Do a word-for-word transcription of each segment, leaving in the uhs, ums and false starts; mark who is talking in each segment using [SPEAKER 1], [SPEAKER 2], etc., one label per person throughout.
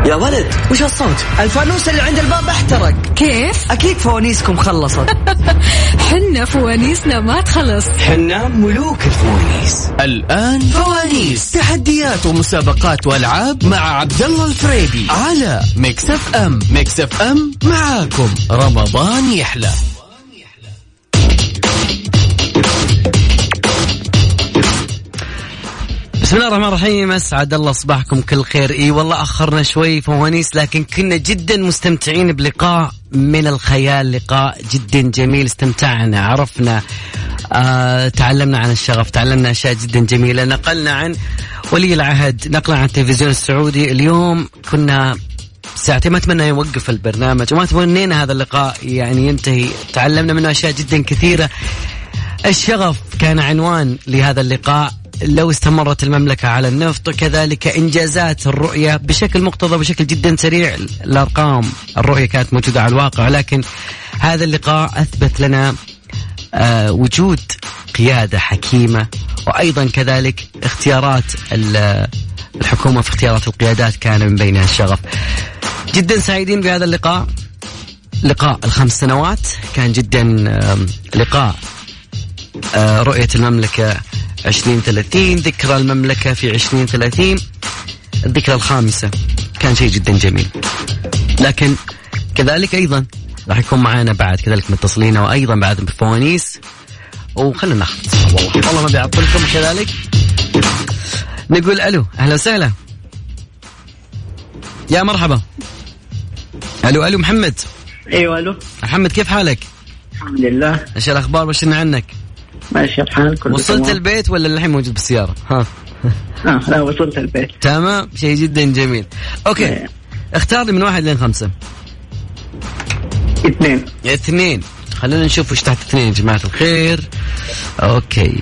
[SPEAKER 1] يا ولد وش الصوت؟
[SPEAKER 2] الفانوس اللي عند الباب احترق.
[SPEAKER 3] كيف؟
[SPEAKER 2] أكيد فوانيسكم خلصت.
[SPEAKER 3] حنا فوانيسنا ما تخلص،
[SPEAKER 1] حنا ملوك الفوانيس.
[SPEAKER 4] الآن فوانيس، تحديات ومسابقات وألعاب مع عبد الله الفريدي على ميكس اف ام. ميكس اف ام معاكم رمضان يحلى.
[SPEAKER 5] بسم الله الرحمن الرحيم. أسعد الله صباحكم كل خير. إي والله أخرنا شوي فوانيس، لكن كنا جدا مستمتعين بلقاء من الخيال، لقاء جدا جميل. استمتعنا، عرفنا، آه، تعلمنا عن الشغف، تعلمنا أشياء جدا جميلة، نقلنا عن ولي العهد، نقلنا عن التلفزيون السعودي. اليوم كنا ساعتين، ما أتمنى يوقف البرنامج وما تمنينا هذا اللقاء يعني ينتهي. تعلمنا منه أشياء جدا كثيرة. الشغف كان عنوان لهذا اللقاء. لو استمرت المملكة على النفط، وكذلك إنجازات الرؤية بشكل مقتضب بشكل جدا سريع. الأرقام الرؤية كانت موجودة على الواقع، لكن هذا اللقاء أثبت لنا آه وجود قيادة حكيمة، وأيضا كذلك اختيارات الحكومة في اختيارات القيادات كان من بينها الشغف. جدا سعيدين بهذا اللقاء، لقاء الخمس سنوات. كان جدا آه لقاء آه رؤية المملكة عشرين ثلاثين، ذكرى المملكة في عشرين ثلاثين، الذكرى الخامسة. كان شيء جدا جميل. لكن كذلك أيضا راح يكون معنا بعد كذلك متصلين، وأيضا بعد بفوانيس. وخلنا ناخذ والله والله ما بيعطلكم. كذلك نقول ألو، أهلا وسهلا، يا مرحبا. ألو ألو محمد.
[SPEAKER 6] أيوة ألو
[SPEAKER 5] محمد، كيف حالك؟
[SPEAKER 6] الحمد لله.
[SPEAKER 5] إيش الأخبار؟ بشرنا عنك.
[SPEAKER 6] ماشي الحال.
[SPEAKER 5] وصلت البيت ولا الحين موجود بالسيارة؟ ها.
[SPEAKER 6] آه لا وصلت البيت.
[SPEAKER 5] تمام، شيء جدا جميل. أوكي أيه. اختار لي من واحد لين خمسة.
[SPEAKER 6] اثنين.
[SPEAKER 5] اثنين. خلينا نشوف وش تحت اثنين يا جماعة الخير. أوكي.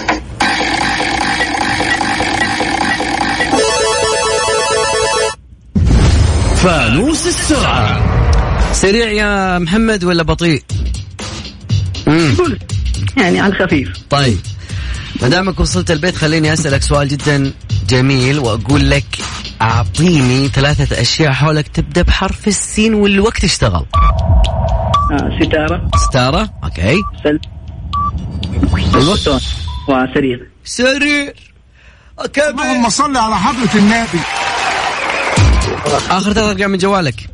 [SPEAKER 4] فانوس السرعة.
[SPEAKER 5] سريع يا محمد ولا بطيء؟
[SPEAKER 6] امم يعني على الخفيف.
[SPEAKER 5] طيب، ما دامك وصلت البيت خليني أسألك سؤال جدا جميل، وأقول لك أعطيني ثلاثة أشياء حولك تبدأ بحرف السين والوقت اشتغل.
[SPEAKER 6] آه، ستارة.
[SPEAKER 5] ستارة. أوكي.
[SPEAKER 6] سل.
[SPEAKER 5] الوقت.
[SPEAKER 6] وسرير.
[SPEAKER 5] سرير. أوكي.
[SPEAKER 7] اللهم صل على حضرة النبي.
[SPEAKER 5] آخر ثلاث أرقام من جوالك.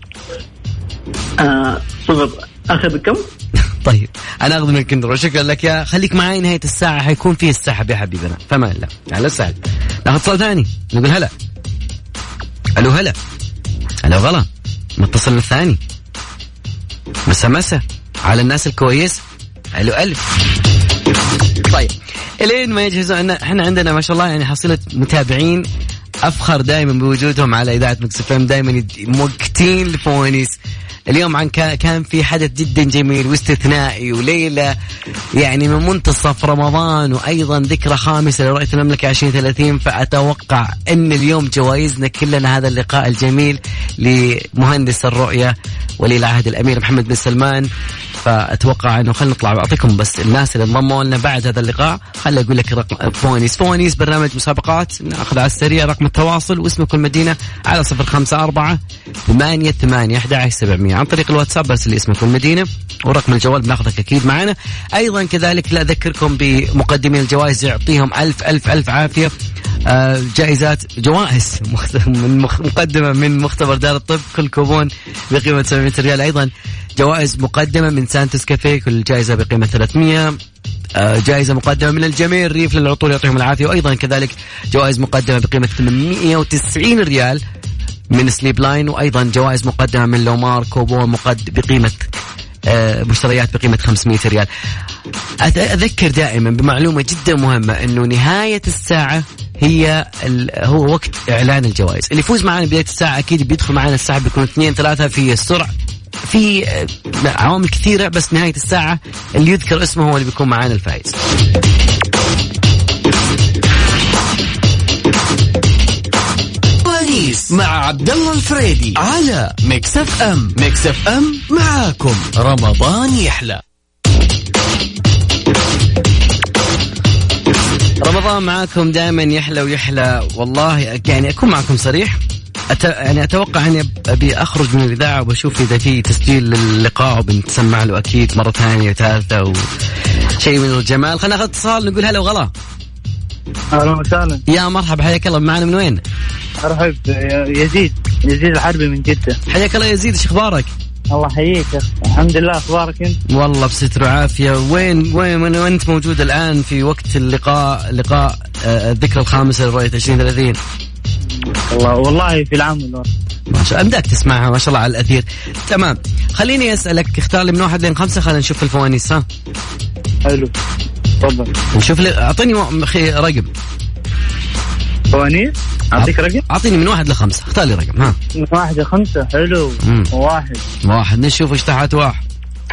[SPEAKER 6] آه، صفر. آخر بكم؟
[SPEAKER 5] طيب أنا أخذ منك النور. شكرا لك يا، خليك معي نهاية الساعة، حيكون فيه السحب يا حبيبنا. فما لا على السهل. ناخذ صوت ثاني، نقول هلا. ألو هلا. ألو غلا. متصل الثاني. مسا مسا على الناس الكويس. ألو ألف. طيب إلين ما يجهزوا، إحنا عندنا ما شاء الله يعني حصيلة متابعين أفخر دائما بوجودهم على إذاعة ميكس اف ام، دائما موقتين الفوانيس. اليوم عن كان في حدث جدا جميل واستثنائي، وليلة يعني من منتصف رمضان، وأيضا ذكرى خامسة لرؤية المملكة عشرين ثلاثين. فأتوقع أن اليوم جوائزنا كلنا هذا اللقاء الجميل لمهندس الرؤية ولي العهد الأمير محمد بن سلمان. فأتوقع أنه خلنا نطلع بعطيكم بس الناس اللي انضموا لنا بعد هذا اللقاء. خلي أقول لك رقم فوانيس. فوانيس برنامج مسابقات، نأخذ على السريع رقم التواصل واسمك والمدينة على صفر خمسة أربعة ثمانية ثمانية أحد عشر سبعمية. عن طريق الواتساب بس اللي اسمك والمدينة ورقم الجوال بناخذك أكيد معنا. أيضا كذلك لا أذكركم بمقدمين الجوائز، يعطيهم ألف ألف ألف عافية. آه جائزات جوائز من مقدمة من مختبر دار الطب، كل كوبون بقيمة سبعمية ريال. أيضا جوائز مقدمة من سانتوس كافيه، كل جائزة بقيمة ثلاثمية. آه جائزة مقدمة من الجميع ريف للعطور يعطيهم العافية. وأيضا كذلك جوائز مقدمة بقيمة ثمانمية وتسعين ريال من سليب لاين. وأيضا جوائز مقدمة من لومار كوبون مقدم بقيمة آه مشتريات بقيمة خمسمية ريال. أذكر دائما بمعلومة جدا مهمة، أنه نهاية الساعة هي هو وقت إعلان الجوائز. اللي يفوز معنا بداية الساعة أكيد بيدخل معنا الساعة، بيكون اثنين ثلاثة في السرعة، في عوامل كثيرة، بس نهاية الساعة اللي يذكر اسمه هو اللي بيكون معنا الفائز.
[SPEAKER 4] مع عبد الله الفريدي على ميكس اف ام. ميكس اف ام معاكم رمضان يحلى.
[SPEAKER 5] رمضان معاكم دائما يحلى ويحلى. والله يعني أكون معكم صريح، أت... يعني أتوقع أني أبي أخرج من الإذاعة وبشوف إذا في تسجيل للقاء وبنتسمع له أكيد مرة ثانية وثالثة وشيء من الجمال. خلينا ناخذ اتصال نقول هلا وغلا.
[SPEAKER 8] أهلا وسهلا.
[SPEAKER 5] يا مرحبا حياك الله. معنا من وين؟
[SPEAKER 8] مرحبا يزيد يزيد الحربي من جدة.
[SPEAKER 5] حياك الله يزيد. إيش أخبارك؟
[SPEAKER 8] الله حييك. الحمد لله. أخبارك أنت؟
[SPEAKER 5] والله بستر وعافية. وين وين وين أنت موجود الآن في وقت اللقاء لقاء آه الذكرى الخامسة لرؤية عشرين ثلاثين؟
[SPEAKER 8] والله والله في العمل
[SPEAKER 5] ما شاء الله. أمداك تسمعها ما شاء الله على الأثير. تمام. خليني أسألك اختار لي من واحد لين خمسة. خلينا نشوف الفوانيس. ها
[SPEAKER 8] حلو تفضل.
[SPEAKER 5] نشوف لي. أعطيني رقم
[SPEAKER 8] فوانيس. أعطيك رقم.
[SPEAKER 5] أعطيني من واحد لخمسة. اختار لي رقم. ها
[SPEAKER 8] من واحد لخمسة. حلو.
[SPEAKER 5] مم.
[SPEAKER 8] واحد
[SPEAKER 5] واحد. نشوف ايش تحت واحد.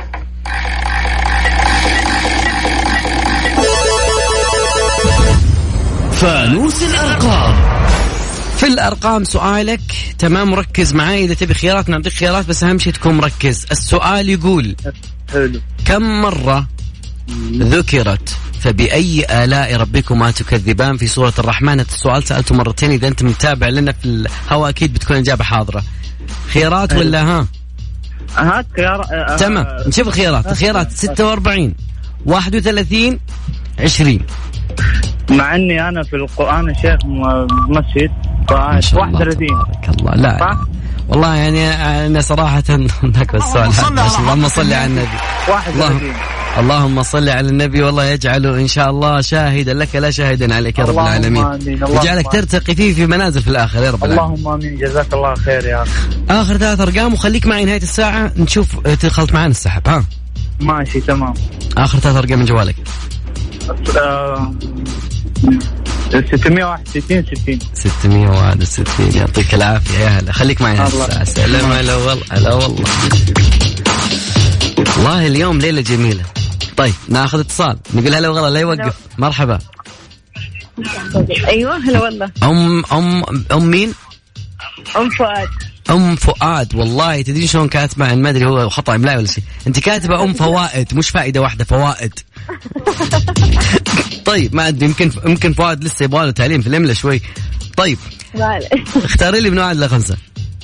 [SPEAKER 4] فانوس الأرقام.
[SPEAKER 5] في الأرقام سؤالك. تمام ركز معي. إذا تبي خيارات نعطيك خيارات بس أهم شيء تكون مركز. السؤال يقول
[SPEAKER 8] حلو.
[SPEAKER 5] كم مرة ذكرت فبأي آلاء ربكما تكذبان في سورة الرحمن؟ السؤال سألته مرتين. إذا أنت متابع لنا في الهواء أكيد بتكون الإجابة حاضرة. خيارات ولا ها؟
[SPEAKER 8] هات خيار. أه
[SPEAKER 5] تمام نشوف الخيارات. الخيارات ستة وأربعين واحد وثلاثين عشرين.
[SPEAKER 8] مع أني أنا في القرآن الشيخ مسجد واحد وثلاثين.
[SPEAKER 5] الله. لا والله يعني أنا صراحة هناك السؤال. اللهم صل على النبي.
[SPEAKER 8] واحد وثلاثين.
[SPEAKER 5] اللهم صل على النبي. والله يجعله إن شاء الله شاهدا لك لا شاهدا عليك يا رب العالمين. يجعلك ترتقي فيه في منازل في الآخر يا رب العالمين.
[SPEAKER 8] اللهم آمين. جزاك الله خير يا أخي.
[SPEAKER 5] آخر ثلاث أرقام وخليك معي نهاية الساعة نشوف تدخلت معنا السحب. ها
[SPEAKER 8] ماشي تمام.
[SPEAKER 5] آخر ثلاث أرقام من جوالك.
[SPEAKER 8] ستمية وواحد وستين ستين.
[SPEAKER 5] ستمية وواحد وستين. يعطيك العافية يا هلا. خليك معي نهاية الساعة. سلام. هلا والله. هلا والله. والله اليوم ليلة جميلة. طيب ناخذ اتصال نقول هلا وغلا. لا يوقف. مرحبا.
[SPEAKER 9] ايوه هلا والله.
[SPEAKER 5] ام ام ام مين؟
[SPEAKER 9] ام فؤاد.
[SPEAKER 5] ام فؤاد. والله تدري شلون كاتبه؟ ما ادري هو خطا املائي ولا شيء. انت كاتبه ام فوائد مش فائده واحده فوائد. طيب ما ادري يمكن يمكن فؤاد لسه يبغى له تعليم في الاملا شوي. طيب اختاري لي من واحد لخمسة.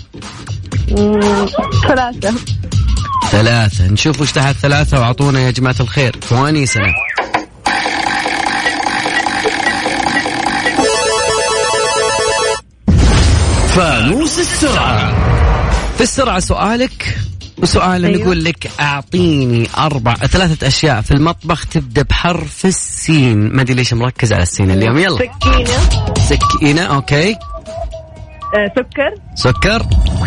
[SPEAKER 9] ثلاثة.
[SPEAKER 5] ثلاثة. نشوف وش تحت ثلاثة وعطونا يا جماعة الخير فوانيسنا.
[SPEAKER 4] فانوس السرعة.
[SPEAKER 5] في السرعة سؤالك وسؤال. أيوة. نقول لك أعطيني أربع ثلاثة أشياء في المطبخ تبدأ بحرف السين. ما أدري ليش مركز على السين اليوم. يلا.
[SPEAKER 9] سكينة.
[SPEAKER 5] سكينة. أوكي.
[SPEAKER 9] أه سكر.
[SPEAKER 5] سكر.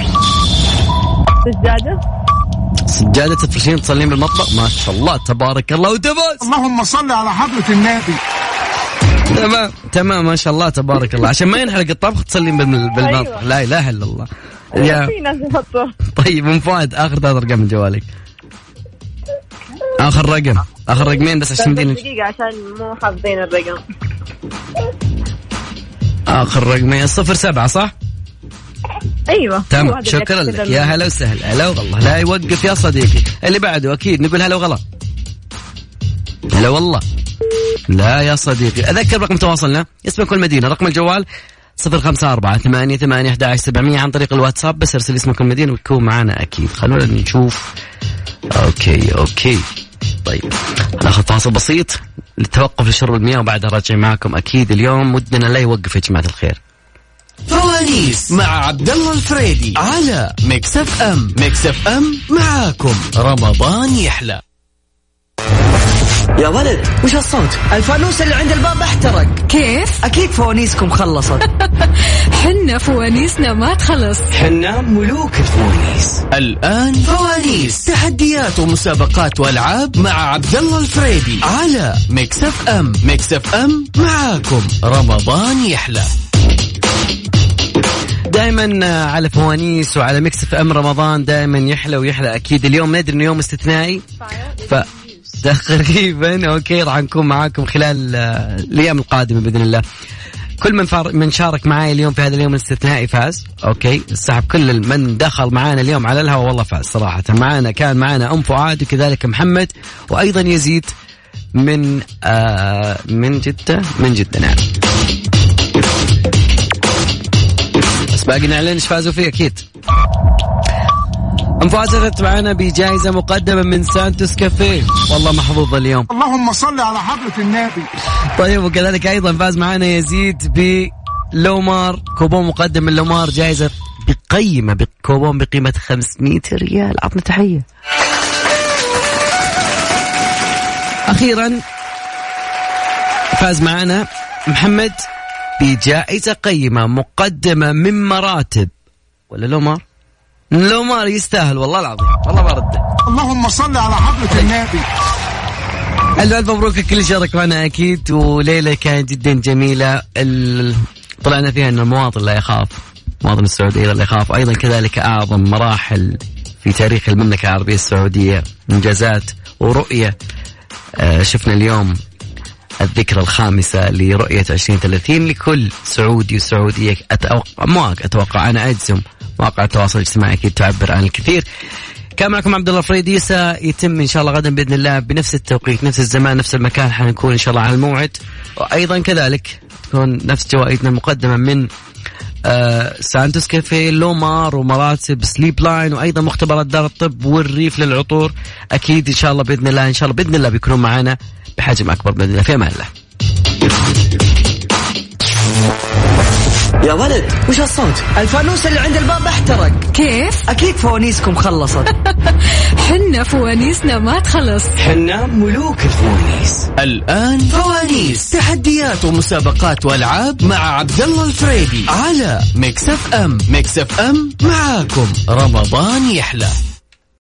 [SPEAKER 9] سجادة.
[SPEAKER 5] سجادة تفرشين تصلين بالمطبخ. ما شاء الله تبارك الله وتبارك.
[SPEAKER 7] اللهم صل على حضرة النبي.
[SPEAKER 5] تمام تمام ما شاء الله تبارك الله. عشان ما ينحرق الطبخ تصلين بالمطبخ. أيوة. لا إله إلا الله. يا
[SPEAKER 9] في ناس يحطوه. طيب
[SPEAKER 5] من فؤاد آخر ثلاث أرقام من جوالك. آخر رقم. آخر رقمين بس عشان مدينة.
[SPEAKER 9] دقيقة عشان مو حافظين الرقم.
[SPEAKER 5] آخر رقمين صفر سبعة صح؟
[SPEAKER 9] أيوة.
[SPEAKER 5] تمام شكرا لك يا هلا وسهلا. هلا والله. لا يوقف يا صديقي. اللي بعده أكيد نقول هلا وغلا. هلا والله. لا يا صديقي. أذكر رقم تواصلنا اسمك والمدينة. رقم الجوال صفر خمسة أربعة ثمانية ثمانية أحد عشر سبعمية. عن طريق الواتساب بس ارسل اسمك والمدينة وتكون معنا أكيد. خلونا نشوف. أوكي أوكي طيب ناخذ فاصل بسيط للتوقف لشرب المياه وبعدها راجع معكم أكيد. اليوم ودنا لا يوقف يا جماعة الخير.
[SPEAKER 4] فوانيس مع عبد الله الفريدي على ميكس اف ام. ميكس اف ام معاكم رمضان يحلى.
[SPEAKER 2] يا ولد وش الصوت؟ الفانوس اللي عند الباب احترق.
[SPEAKER 3] كيف؟
[SPEAKER 2] أكيد فوانيسكم خلصت.
[SPEAKER 3] حنا فوانيسنا ما تخلص.
[SPEAKER 2] حنا ملوك الفوانيس.
[SPEAKER 4] الآن فوانيس تحديات ومسابقات وألعاب مع عبد الله الفريدي على ميكس اف ام. ميكس اف ام معاكم رمضان يحلى.
[SPEAKER 5] دائما على فوانيس وعلى ميكس اف ام رمضان دائما يحلى ويحلى أكيد. اليوم ندري إنه يوم استثنائي ف تقريبا اوكي راح نكون معاكم خلال الايام القادمه باذن الله. كل من فار من شارك معي اليوم في هذا اليوم الاستثنائي فاز. اوكي السحب كل من دخل معانا اليوم على الهواء والله فاز صراحه. معانا كان معانا ام فؤاد وكذلك محمد وايضا يزيد من آه من جده. من جده نعم. باقي نعلن ايش فازوا فيه اكيد. ام فؤاد فازت معنا بجائزة مقدمة من سانتوس كافيه، والله محظوظة اليوم.
[SPEAKER 7] اللهم صل على حضرة النبي.
[SPEAKER 5] طيب وكذلك ايضا فاز معنا يزيد بلومار، كوبون مقدم من لومار، جائزة بقيمة بكوبون بقيمة خمسمية ريال. عطنا تحية. اخيرا فاز معنا محمد بجائزة قيمة مقدمة من مراتب، ولا لومار؟ لومار يستاهل والله العظيم، والله ما رده.
[SPEAKER 7] اللهم صل على حضرة النبي.
[SPEAKER 5] ألف مبروك كل شارك معنا أكيد، وليلة كانت جدا جميلة. ال... طلعنا فيها أن المواطن لا يخاف، مواطن السعودية لا يخاف. أيضا كذلك أعظم مراحل في تاريخ المملكة العربية السعودية، إنجازات ورؤية. آه شفنا اليوم الذكرى الخامسة لرؤية عشرين ثلاثين لكل سعودي وسعودية. أتوقع ما أتوقع أنا أجزم مواقع التواصل الاجتماعي أكيد تعبر عن الكثير. كان معكم عبد الله الفريدي، سيتم إن شاء الله غدا بإذن الله بنفس التوقيت نفس الزمان نفس المكان، حنكون إن شاء الله على الموعد. وأيضا كذلك تكون نفس جوائزنا المقدمة من آه سانتوس كافيه، لومار، ومراتب سليب لاين، وأيضا مختبرات دار الطب والريف للعطور. أكيد إن شاء الله بإذن الله إن شاء الله بإذن الله بيكونوا معنا بحجم أكبر بإذن الله. في أمان الله.
[SPEAKER 2] يا ولد وش الصوت؟ الفانوس اللي عند الباب احترق.
[SPEAKER 3] كيف؟
[SPEAKER 2] أكيد فوانيسكم خلصت.
[SPEAKER 3] حنا فوانيسنا ما تخلص.
[SPEAKER 2] حنا ملوك الفوانيس.
[SPEAKER 4] الآن فوانيس، تحديات ومسابقات وألعاب مع عبد الله الفريدي على ميكس اف ام. ميكس اف ام معاكم رمضان يحلى.